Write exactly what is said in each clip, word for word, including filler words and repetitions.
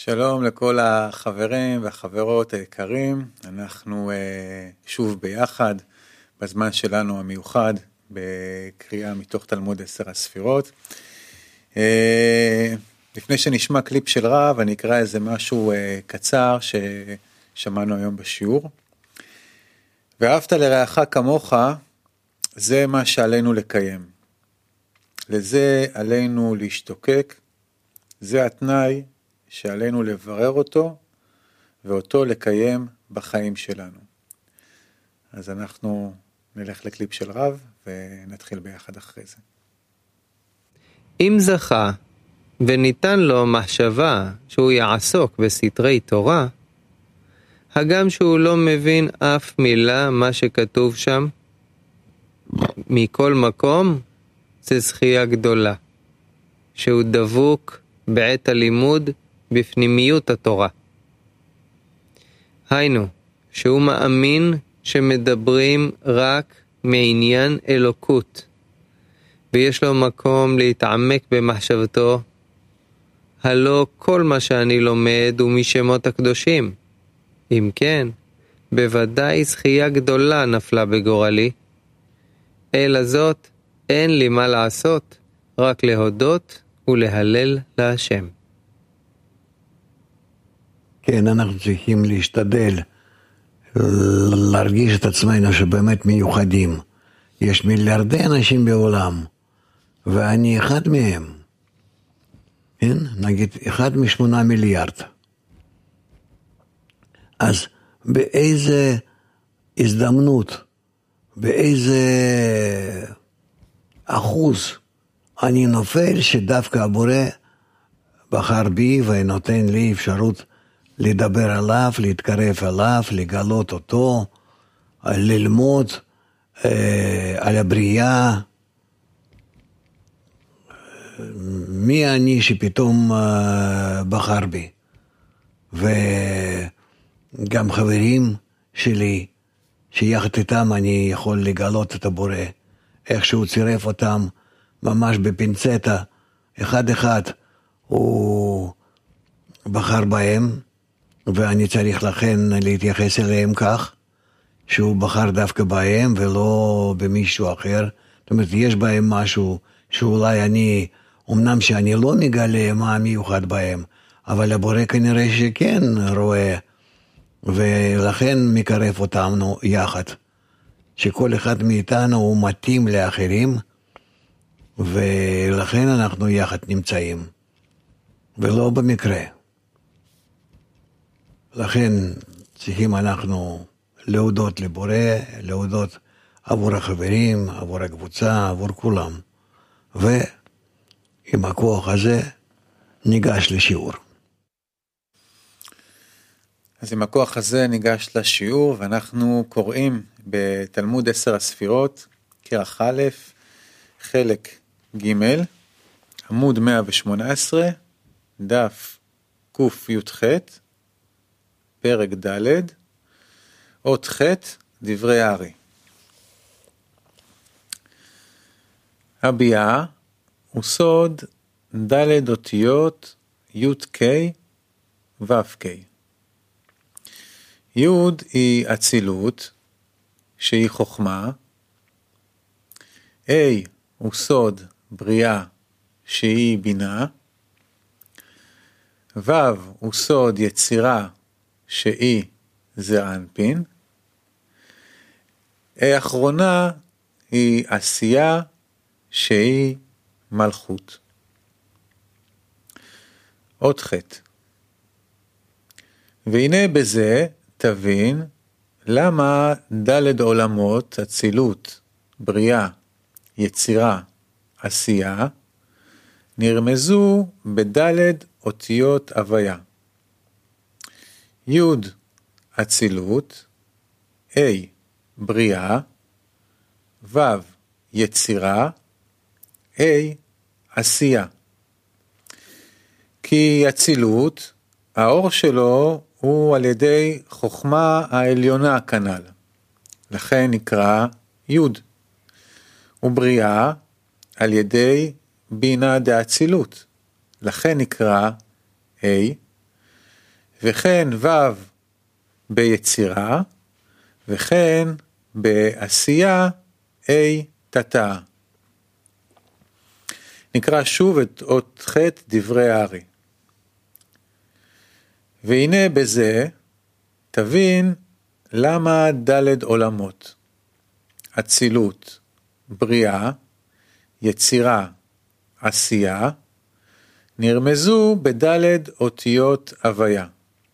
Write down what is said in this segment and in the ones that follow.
שלום לכל החברים והחברות היקרים, אנחנו uh, שוב ביחד בזמן שלנו המיוחד בקריאה מתוך תלמוד עשר הספירות. Uh, לפני שנשמע קליפ של רב, אני אקרא איזה משהו uh, קצר ששמענו היום בשיעור. ואהבת לרעך כמוך, זה מה שעלינו לקיים. לזה עלינו להשתוקק, זה התנאי שעלינו לברר אותו, ואותו לקיים בחיים שלנו. אז אנחנו נלך לקליפ של רב, ונתחיל ביחד אחרי זה. אם זכה, וניתן לו מחשבה שהוא יעסוק בסתרי תורה, הגם שהוא לא מבין אף מילה מה שכתוב שם, מכל מקום זה זכייה גדולה, שהוא דבוק בעת הלימוד בפנימיות התורה. היינו, שהוא מאמין שמדברים רק מעניין אלוקות, ויש לו מקום להתעמק במחשבתו, הלא כל מה שאני לומד הוא משמות הקדושים. אם כן, בוודאי זכייה גדולה נפלה בגורלי. אלא זאת, אין לי מה לעשות, רק להודות ולהלל להשם. כן, אנחנו צריכים להשתדל להרגיש את עצמנו שבאמת מיוחדים. יש מיליארדי אנשים בעולם, ואני אחד מהם. כן? נגיד, אחד משמונה מיליארד. אז באיזה הזדמנות, באיזה אחוז אני נופל שדווקא הבורא בחר בי ונותן לי אפשרות לדבר עליו, להתקרב עליו, לגלות אותו, ללמוד אה, על הבריאה. מי אני שפתאום אה, בחר בי? וגם חברים שלי, שיחד איתם אני יכול לגלות את הבורא, איך שהוא צירף אותם ממש בפינצטה, אחד אחד הוא בחר בהם, ואני צריך לכן להתייחס אליהם כך, שהוא בחר דווקא בהם ולא במישהו אחר. זאת אומרת, יש בהם משהו שאולי אני, אמנם שאני לא מגלה מה מיוחד בהם, אבל הבורא כנראה שכן רואה, ולכן מקרב אותנו יחד. שכל אחד מאיתנו הוא מתאים לאחרים, ולכן אנחנו יחד נמצאים, ולא במקרה. לכן צריכים אנחנו להודות לבורא, להודות עבור החברים, עבור הקבוצה, עבור כולם. ועם הכוח הזה ניגש לשיעור. אז עם הכוח הזה ניגש לשיעור, ואנחנו קוראים בתלמוד עשר הספירות, כרך א', חלק ג', עמוד מאה ושמונה עשרה, דף ק"י"ח, פרק ד', אות ח', דברי הארי. הביאה הוא סוד ד' אותיות י' ק' ו' ק'. י' היא אצילות, שהיא חוכמה. A הוא סוד בריאה, שהיא בינה. ו' הוא סוד יצירה, שהיא זעיר אנפין. האחרונה היא עשייה, שהיא מלכות. אות ח'. והנה בזה תבין למה ד' עולמות, אצילות, בריאה, יצירה, עשייה, נרמזו בד' אותיות הוויה. י' אצילות, A בריאה, ו' יצירה, A עשייה. כי אצילות, האור שלו הוא על ידי חוכמה העליונה כנ"ל, לכן נקרא י'. ובריאה על ידי בינה דאצילות, לכן נקרא A. וכן ו' ביצירה, וכן בעשייה A תתא. נקרא שוב את אות ח' דברי הארי. והנה בזה תבין למה ד' עולמות, אצילות, בריאה, יצירה, עשייה, נרמזו בד' אותיות הוויה.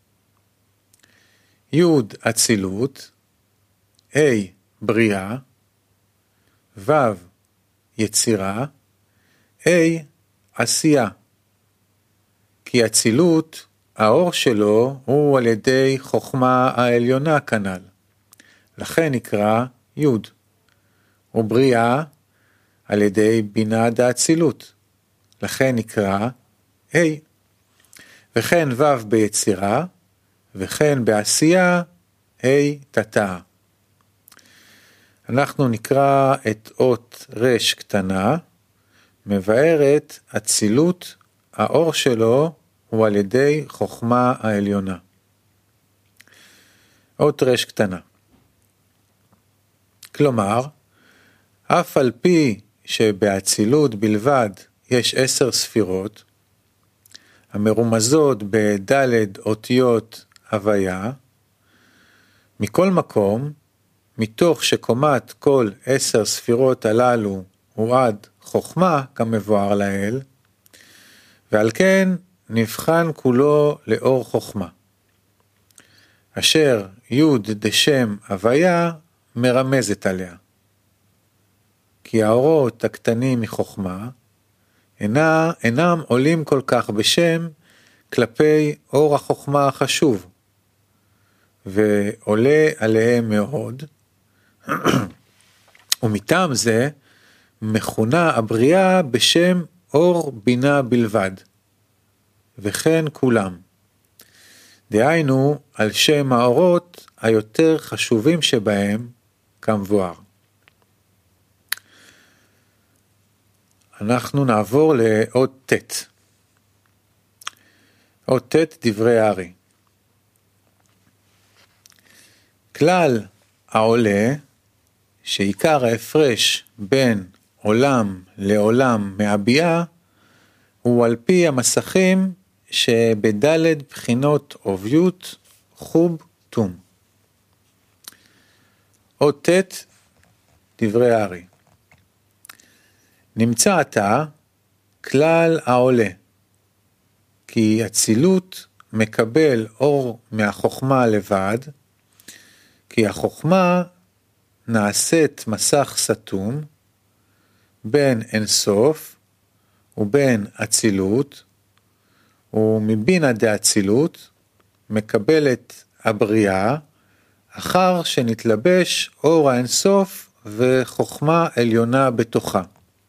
י' אצילות, A בריאה, ו' יצירה, A עשייה. כי אצילות, האור שלו הוא על ידי חוכמה העליונה כנ"ל, לכן נקרא י', ובריאה על ידי בינה דאצילות, לכן נקרא A, וכן ו' ביצירה, וכן בעשייה A תתא. אנחנו נקרא את אות ר' קטנה, מבארת אצילות, האור שלו הוא על ידי חוכמה העליונה. אות ר' קטנה. כלומר, אף על פי שבאצילות בלבד יש עשר ספירות, המרומזות בד' אותיות הוויה, מכל מקום, מתוך שקומת כל עשר ספירות הללו הוא עד חוכמה כמבואר לאל, ועל כן נבחן כולו לאור חוכמה, אשר י' דשם הוויה מרמזת עליה. כי האורות הקטנים מחוכמה אינה, אינם עולים כל כך בשם כלפי אור החוכמה החשוב, ועולה עליהם מאוד, ומטעם זה מכונה הבריאה בשם אור בינה בלבד, וכן כולם. דהיינו על שם האורות היותר חשובים שבהם כמבואר. אנחנו נעבור לאות ט'. אות ט' דברי הארי. כלל העולה שעיקר ההפרש בין עולם לעולם מהביאה הוא על פי המסכים שבדלת בחינות עוביות חוב תום. אות ט' דברי הארי. נמצא עתה כלל העולה, כי אצילות מקבל אור מהחוכמה לבד, כי החוכמה נעשית מסך סתום בין אינסוף ובין אצילות, ומבינה דאצילות מקבלת הבריאה אחר שנתלבש אור האינסוף וחוכמה עליונה בתוכה.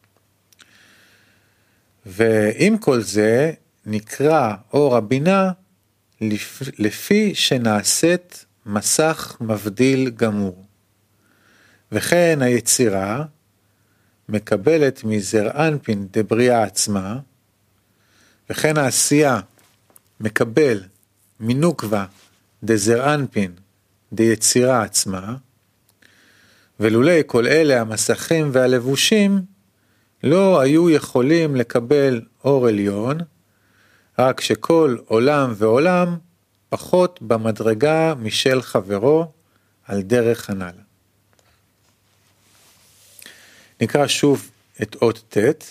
ועם כל זה נקרא אור הבינה לפי שנעשית מסך מבדיל גמור. וכן היצירה מקבלת מזר אנפין דבריאה עצמה, וכן העשייה מקבל מנוקבה דזר אנפין דיצירה עצמה, ולולי כל אלה המסכים והלבושים לא היו יכולים לקבל אור עליון, רק שכל עולם ועולם פחות במדרגה משל חברו על דרך הנ"ל. נקרא שוב את אות ט'.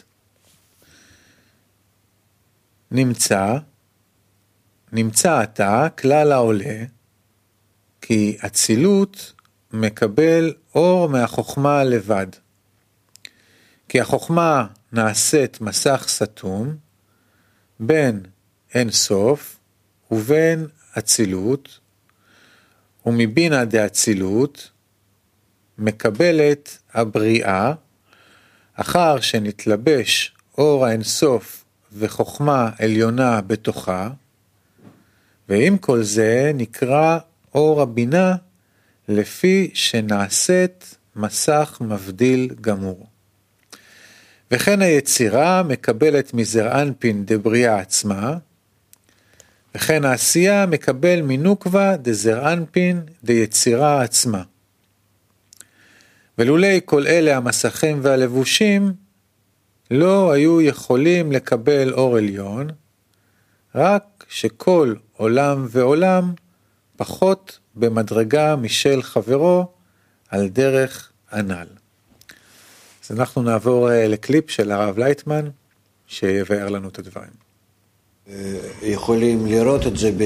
נמצא, נמצא עתה כלל העולה, כי אצילות מקבל אור מהחוכמה לבד. כי החוכמה נעשית מסך סתום בין אין סוף ובין אצילות, ומבינה דאצילות מקבלת הבריאה אחר שנתלבש אור האינסוף וחוכמה עליונה בתוכה, ועם כל זה נקרא אור הבינה לפי שנעשית מסך מבדיל גמור. וכן היצירה מקבלת מזר אנפין דבריאה עצמה, וכן העשייה מקבל מנוקבה דזר אנפין דיצירה עצמה. ולולי כל אלה המסכים והלבושים לא היו יכולים לקבל אור עליון, רק שכל עולם ועולם פחות במדרגה משל חברו על דרך הנ"ל. אז אנחנו נעבור לקליפ של הרב לייטמן שיבאר לנו את הדברים. יכולים לראות את זה ב...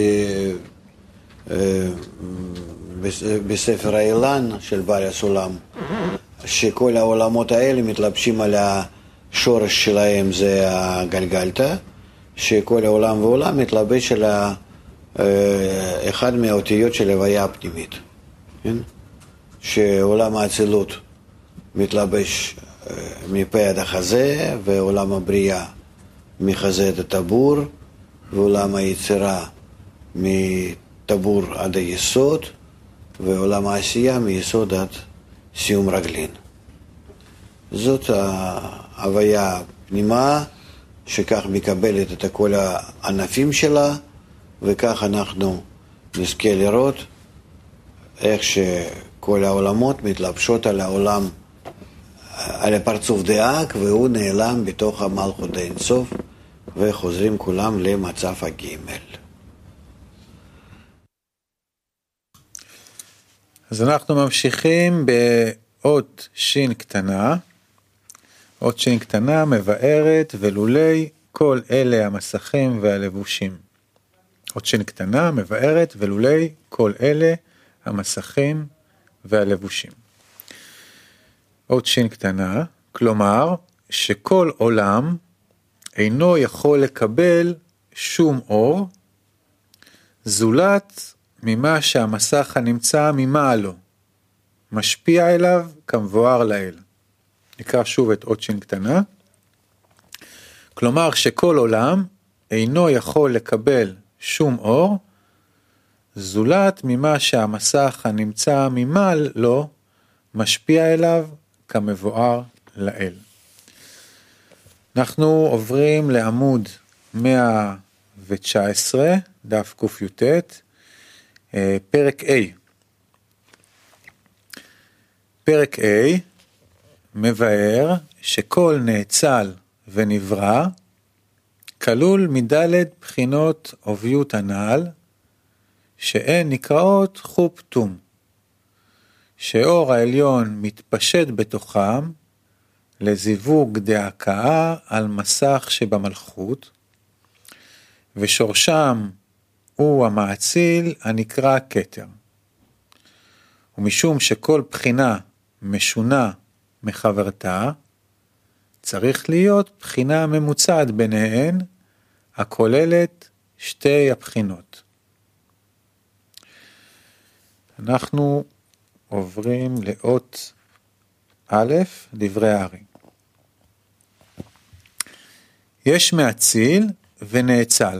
בספר האילן של בעל הסולם, שכל העולמות האלה מתלבשים על השורש שלהם, זה הגלגלתא, שכל העולם ועולם מתלבש על אחד מהאותיות של הוויה הפנימית, כן? שעולם האצילות מתלבש מפה עד החזה, ועולם הבריאה מחזה עד הטבור, ועולם היצירה מטבור עד היסוד, ועולם העשייה מיסוד עד סיום רגלין. זאת ההוויה פנימה, שכך מקבלת את כל הענפים שלה, וכך אנחנו נזכה לראות איך שכל העולמות מתלבשות על העולם, על הפרצוף דאק, והוא נעלם בתוך המלכות האינסוף, וחוזרים כולם למצב הגימל. אז אנחנו ממשיכים באות שין קטנה. אות שין קטנה מבארת ולולי כל אלה המסכים והלבושים. אות שין קטנה מבארת ולולי כל אלה המסכים והלבושים. אות שין קטנה, כלומר שכל עולם אינו יכול לקבל שום אור, זולת ממה שהמסך הנמצא ממעלו, משפיע אליו כמבואר לאל. נקרא שוב את אות שין קטנה. כלומר שכל עולם אינו יכול לקבל שום אור, זולת ממה שהמסך הנמצא ממעל לו, משפיע אליו כמבואר לאל. אנחנו עוברים לעמוד מאה תשע עשרה, דף ק"ט, פרק A. פרק A מבאר שכל נאצל ונברא כלול מדלת בחינות עוביות הנעל, שהן נקראות חופטום, שאור העליון מתפשט בתוכם לזיווג דהקאה על מסך שבמלכות, ושורשם הוא המעציל הנקרא כתר. ומשום שכל בחינה משונה מחברתה, צריך להיות בחינה ממוצעת ביניהן, הכוללת שתי הבחינות. אנחנו עוברים לאות א', דברי הארי. יש מאציל ונאצל.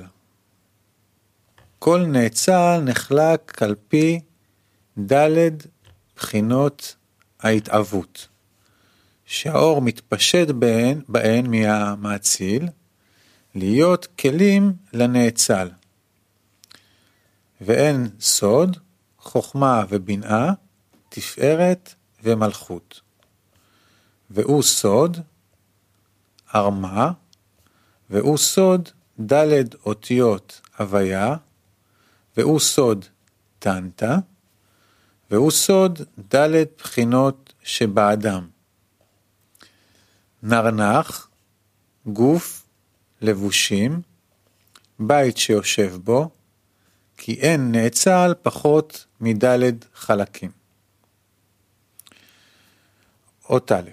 כל נאצל נחלק על פי ד' בחינות ההתאבות, שהאור מתפשט בהן, בהן מהמאציל, להיות כלים לנאצל. ואין סוד, חוכמה ובנאה, תפארת ומלכות. והוא סוד, ארמה, והוא סוד ד' אותיות הוויה, והוא סוד טנטה, והוא סוד ד' בחינות שבאדם. נרנח, גוף, לבושים, בית שיושב בו, כי אין נאצל פחות מד' חלקים. אות א'.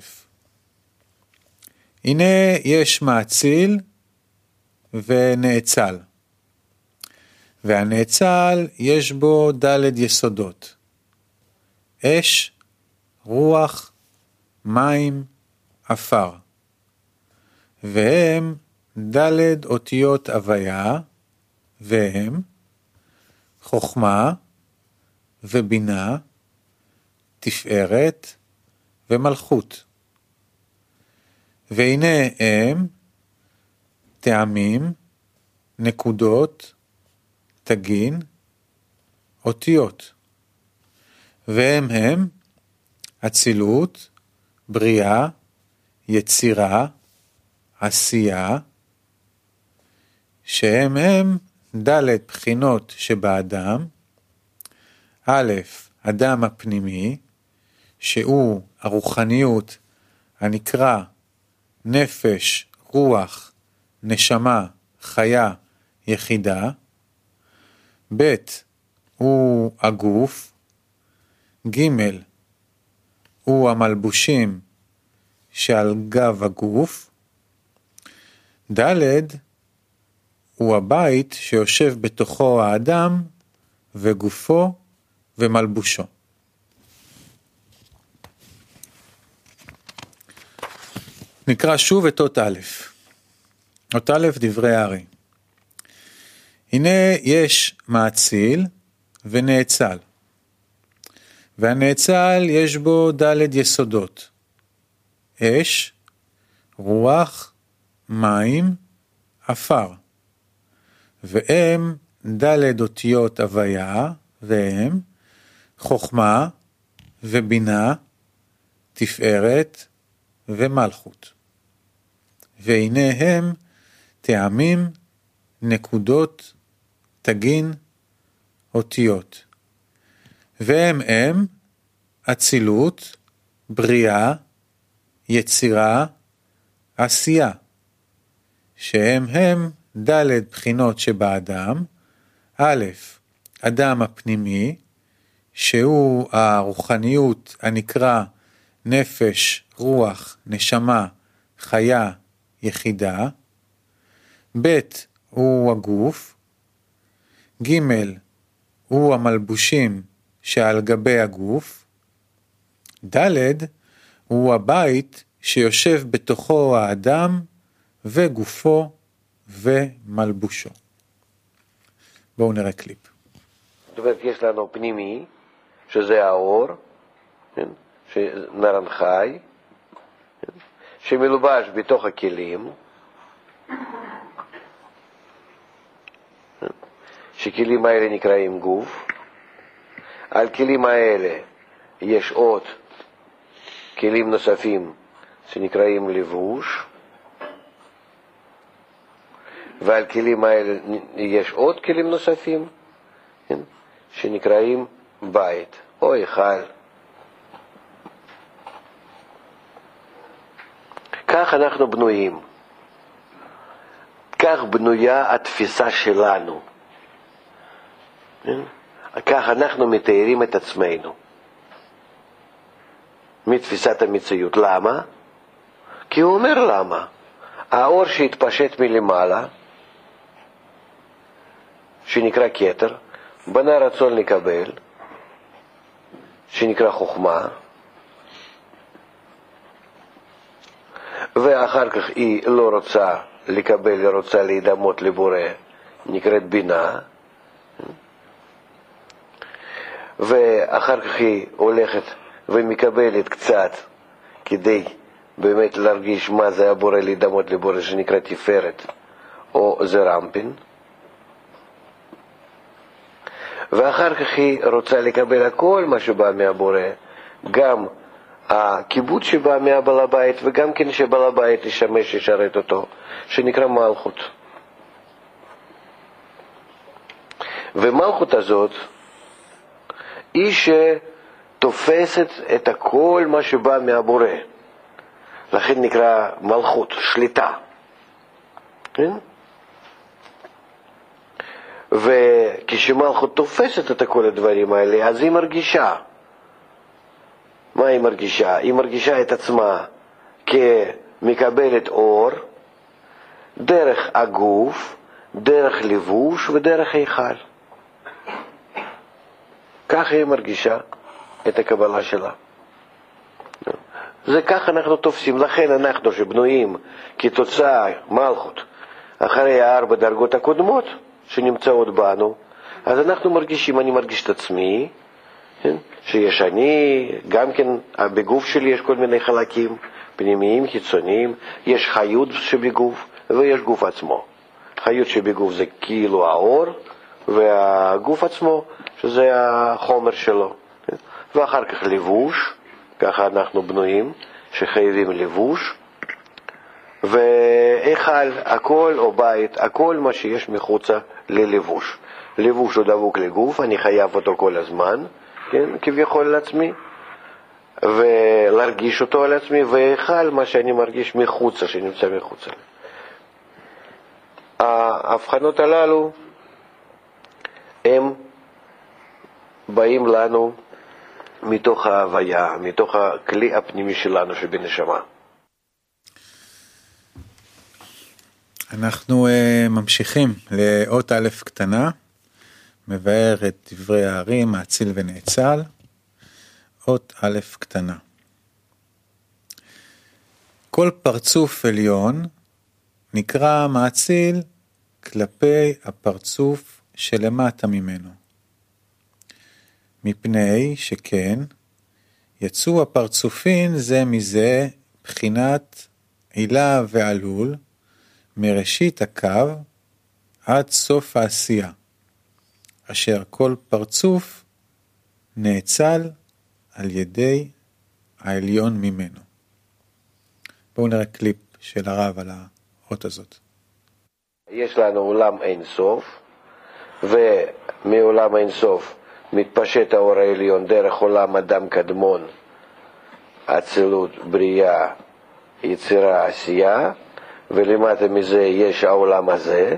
הנה יש מאציל ונאצל. והנאצל יש בו ד' יסודות. אש, רוח, מים, אפר. והם ד' אותיות הוויה, והם חוכמה ובינה, תפארת ומלכות. והנה הם טעמים, נקודות, תגין, אותיות. והם הם אצילות, בריאה, יצירה, עשייה, שהם הם ד' בחינות שבאדם. א', אדם הפנימי, שהוא הרוחניות הנקרא נפש, רוח, נשמה, חיה, יחידה. ב', הוא הגוף. ג', הוא המלבושים שעל גב הגוף. ד', הוא הבית שיושב בתוכו האדם וגופו ומלבושו. נקרא שוב את אות א'. אות א' דברי הארי. הנה יש מאציל ונאצל. והנאצל יש בו ד' יסודות. אש, רוח, מים, עפר. והם ד' אותיות הוויה, והם חוכמה ובינה, תפארת ומלכות. והנה הם טעמים, נקודות, תגין, אותיות. והם הם אצילות, בריאה, יצירה, עשייה, שהם הם ד' בחינות שבאדם. א', אדם הפנימי, שהוא הרוחניות הנקרא נפש, רוח, נשמה, חיה, יחידה. ב', הוא הגוף. ג', הוא המלבושים שעל גבי הגוף. ד', הוא הבית שיושב בתוכו האדם וגופו ומלבושו. בואו נראה קליפ. זאת אומרת, יש לנו פנימי, שזה האור, נרן חי, שמלובש בתוך הכלים, שכלים האלה נקראים גוף. על כלים האלה יש עוד כלים נוספים שנקראים לבוש, ועל כלים האלה יש עוד כלים נוספים שנקראים בית או היכל. כך אנחנו בנויים, כך בנויה התפיסה שלנו, כך אנחנו מתארים את עצמנו מתפיסת המציאות. למה? כי הוא אומר למה. האור שהתפשט מלמעלה, שנקרא כתר, בנה רצון לקבל, שנקרא חוכמה, ואחר כך היא לא רוצה לקבל, היא רוצה להידמות לבורא, נקראת בינה, ואחר כך היא הולכת ומקבלת קצת כדי באמת להרגיש מה זה הבורא, להידמות לבורא, שנקרא תפארת או זרמפין, ואחר כך היא רוצה לקבל הכל מה שבא מהבורא, גם הכיבוד שבא מהבעל הבית וגם כן שבעל הבית ישמש ישרת אותו, שנקרא מלכות. ומלכות הזאת היא שתופסת את הכל מה שבא מהבורא, לכן נקרא מלכות, שליטה. כן? וכשמלכות תופסת את כל הדברים האלה, אז היא מרגישה. מה היא מרגישה? היא מרגישה את עצמה כמקבלת אור, דרך הגוף, דרך לבוש ודרך היכל. כך היא מרגישה את הקבלה שלה. זה כך אנחנו תופסים. לכן אנחנו שבנויים כתוצאה מלכות אחרי הארבע דרגות הקודמות שנמצאות בנו, אז אנחנו מרגישים, אני מרגיש את עצמי, כן? שיש אני, גם כן בגוף שלי יש כל מיני חלקים, פנימיים, חיצוניים, יש חיות שבגוף ויש גוף עצמו. חיות שבגוף זה כאילו האור, והגוף עצמו, שזה החומר שלו. ואחר כך לבוש, ככה אנחנו בנויים, שחייבים לבוש, והיכל, הכל או בית, הכל מה שיש מחוצה ללבוש. לבוש הוא דבוק לגוף, אני חייב אותו כל הזמן, כן, כביכול על עצמי, ולהרגיש אותו על עצמי, והיכל מה שאני מרגיש מחוצה, שנמצא מחוצה. ההבחנות הללו הם באים לנו מתוך ההוויה, מתוך הכלי הפנימי שלנו שבנשמה. אנחנו uh, ממשיכים לאות א' קטנה, מבאר את דברי הערים, האציל ונאצל, אות א' קטנה. כל פרצוף עליון נקרא מאציל כלפי הפרצוף שלמטה ממנו. מפני שכן יצאו הפרצופין זה מזה בחינת עילה ועלול מראשית הקו עד סוף העשייה, אשר כל פרצוף נאצל על ידי העליון ממנו. בואו נראה קליפ של הרב על האות הזאת. יש לנו עולם אין סוף, ומעולם אין סוף מתפשט האור העליון דרך עולם אדם קדמון, אצילות, בריאה, יצירה, עשייה, ולמטה מזה יש העולם הזה,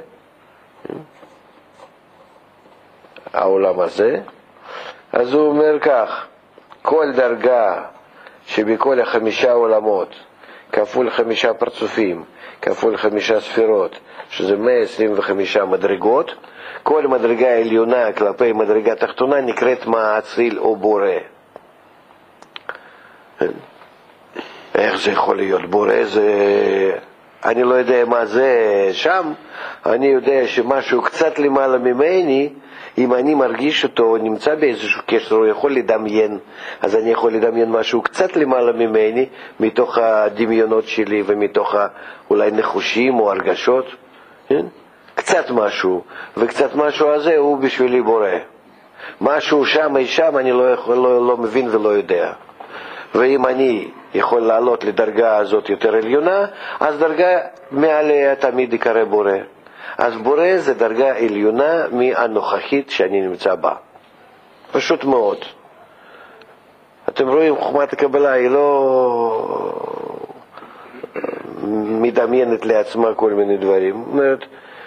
העולם הזה. אז הוא אומר כך, כל דרגה שבכל החמישה עולמות, כפול חמישה פרצופים, כפול חמישה ספירות, שזה מאה עשרים וחמש מדרגות, כל מדרגה עליונה כלפי מדרגה תחתונה נקראת מאציל או בורא. איך זה יכול להיות בורא? זה... אני לא יודע מה זה שם, אני יודע שמשהו קצת למעלה ממני, אם אני מרגיש אותו, או נמצא באיזשהו קשר, הוא יכול לדמיין, אז אני יכול לדמיין משהו קצת למעלה ממני, מתוך הדמיונות שלי ומתוך אולי נחושים או הרגשות, כן? קצת משהו, וקצת משהו הזה הוא בשבילי בורא. משהו שם אי שם אני לא, יכול, לא, לא מבין ולא יודע. ואם אני יכול לעלות לדרגה הזאת יותר עליונה, אז דרגה מעליה תמיד יקרא בורא. אז בורא זה דרגה עליונה מהנוכחית שאני נמצא בה. פשוט מאוד. אתם רואים, חוכמת הקבלה היא לא מדמיינת לעצמה כל מיני דברים. זאת אומרת,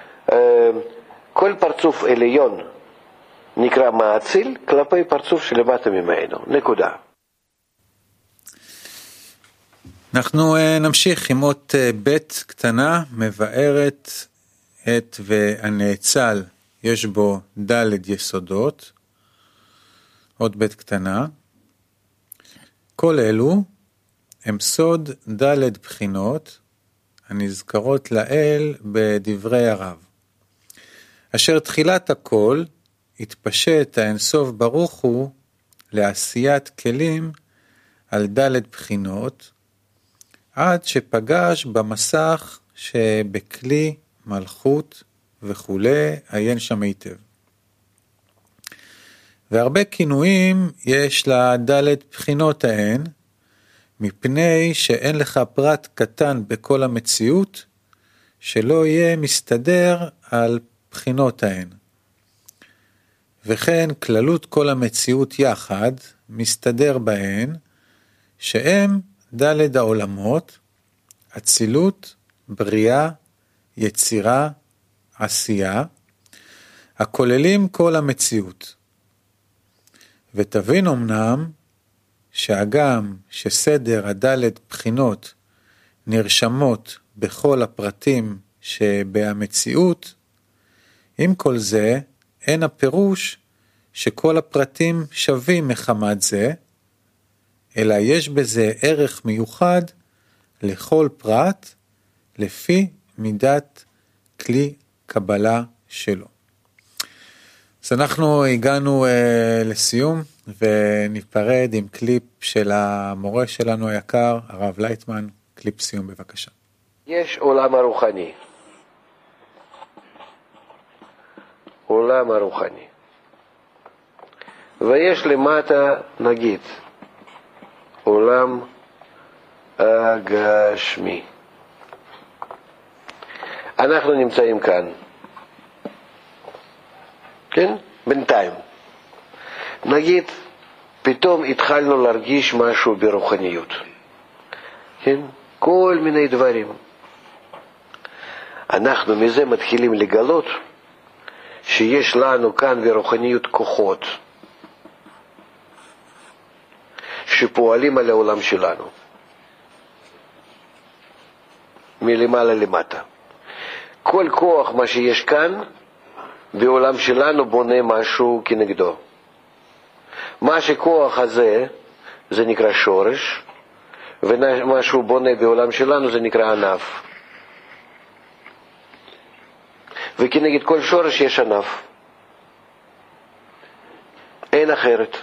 כל פרצוף עליון נקרא מאציל כלפי פרצוף שלמטה ממנו. נקודה. אנחנו נמשיך עם אות ב' קטנה, מבארת את והנאצל, יש בו ד' יסודות, אות ב' קטנה. כל אלו הם סוד ד' בחינות הנזכרות לאל בדברי הרב. אשר תחילת הכל התפשט האינסוף ברוך הוא לעשיית כלים על ד' בחינות, עד שפגש במסך שבכלי מלכות וכו', עיין שם היטב. והרבה כינויים יש לד' בחינות ההן, מפני שאין לך פרט קטן בכל המציאות, שלא יהיה מסתדר על בחינות ההן. וכן כללות כל המציאות יחד, מסתדר בהן, שהם ד' העולמות, אצילות, בריאה, יצירה, עשייה, הכוללים כל המציאות. ותבין אמנם, שהגם שסדר הד' בחינות נרשמות בכל הפרטים שבמציאות, עם כל זה אין הפירוש שכל הפרטים שווים מחמת זה, אלא יש בזה ערך מיוחד לכל פרט לפי מידת כלי קבלה שלו. אז אנחנו הגענו uh, לסיום וניפרד עם קליפ של המורה שלנו היקר, הרב לייטמן. קליפ סיום בבקשה. יש עולם הרוחני. עולם הרוחני. ויש למטה, נגיד, עולם הגשמי. אנחנו נמצאים כאן, כן? בינתיים. נגיד, פתאום התחלנו להרגיש משהו ברוחניות. כן? כל מיני דברים. אנחנו מזה מתחילים לגלות שיש לנו כאן ברוחניות כוחות שפועלים על העולם שלנו. מלמעלה למטה. כל כוח מה שיש כאן בעולם שלנו בונה משהו כנגדו. מה שכוח הזה זה נקרא שורש, ומה שהוא בונה בעולם שלנו זה נקרא ענף. וכנגד כל שורש יש ענף. אין אחרת.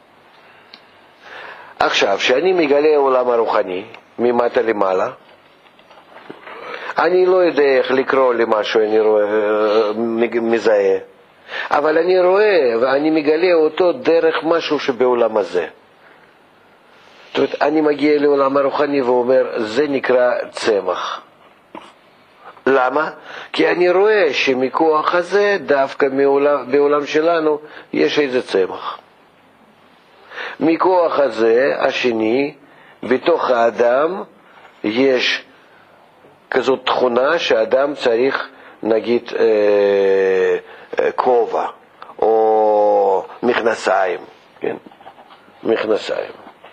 עכשיו, שאני מגלה העולם הרוחני ממטה למעלה, אני לא יודע איך לקרוא למשהו, אני רואה, מזהה. אבל אני רואה ואני מגלה אותו דרך משהו שבעולם הזה. זאת אומרת, אני מגיע לעולם הרוחני ואומר, זה נקרא צמח. למה? כי אני רואה שמכוח הזה, דווקא מעולם, בעולם שלנו, יש איזה צמח. מכוח הזה, השני, בתוך האדם, יש כזאת תכונה שהאדם צריך, נגיד, אה, אה, כובע, או מכנסיים, כן? מכנסיים.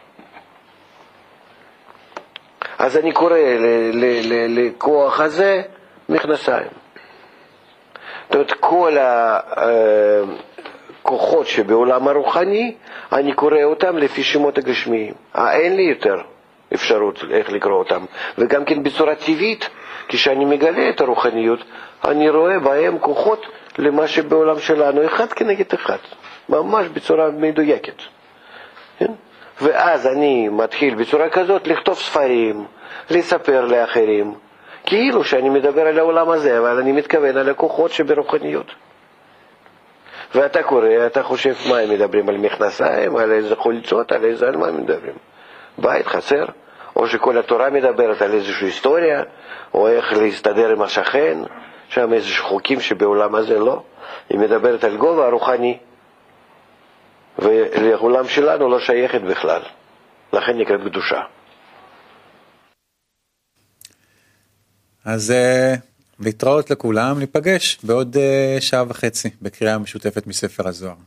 אז אני קורא לכוח הזה מכנסיים. זאת אומרת, כל הכוחות שבעולם הרוחני, אני קורא אותם לפי שמות הגשמיים. אין לי יותר אפשרות איך לקרוא אותם. וגם כן בצורה טבעית, כשאני מגלה את הרוחניות, אני רואה בהם כוחות למה שבעולם שלנו, אחד כנגד אחד. ממש בצורה מדויקת. כן? ואז אני מתחיל בצורה כזאת לכתוב ספרים, לספר לאחרים, כאילו שאני מדבר על העולם הזה, אבל אני מתכוון על הכוחות שברוחניות. ואתה קורא, אתה חושב מה הם מדברים, על מכנסיים, על איזה חולצות, על איזה, על מה הם מדברים? בית, חסר, או שכל התורה מדברת על איזושהי היסטוריה, או איך להסתדר עם השכן, שם איזשהו חוקים שבעולם הזה לא. היא מדברת על גובה הרוחני, ולעולם שלנו לא שייכת בכלל. לכן נקראת קדושה. אז להתראות לכולם, ניפגש בעוד שעה וחצי בקריאה משותפת מספר הזוהר.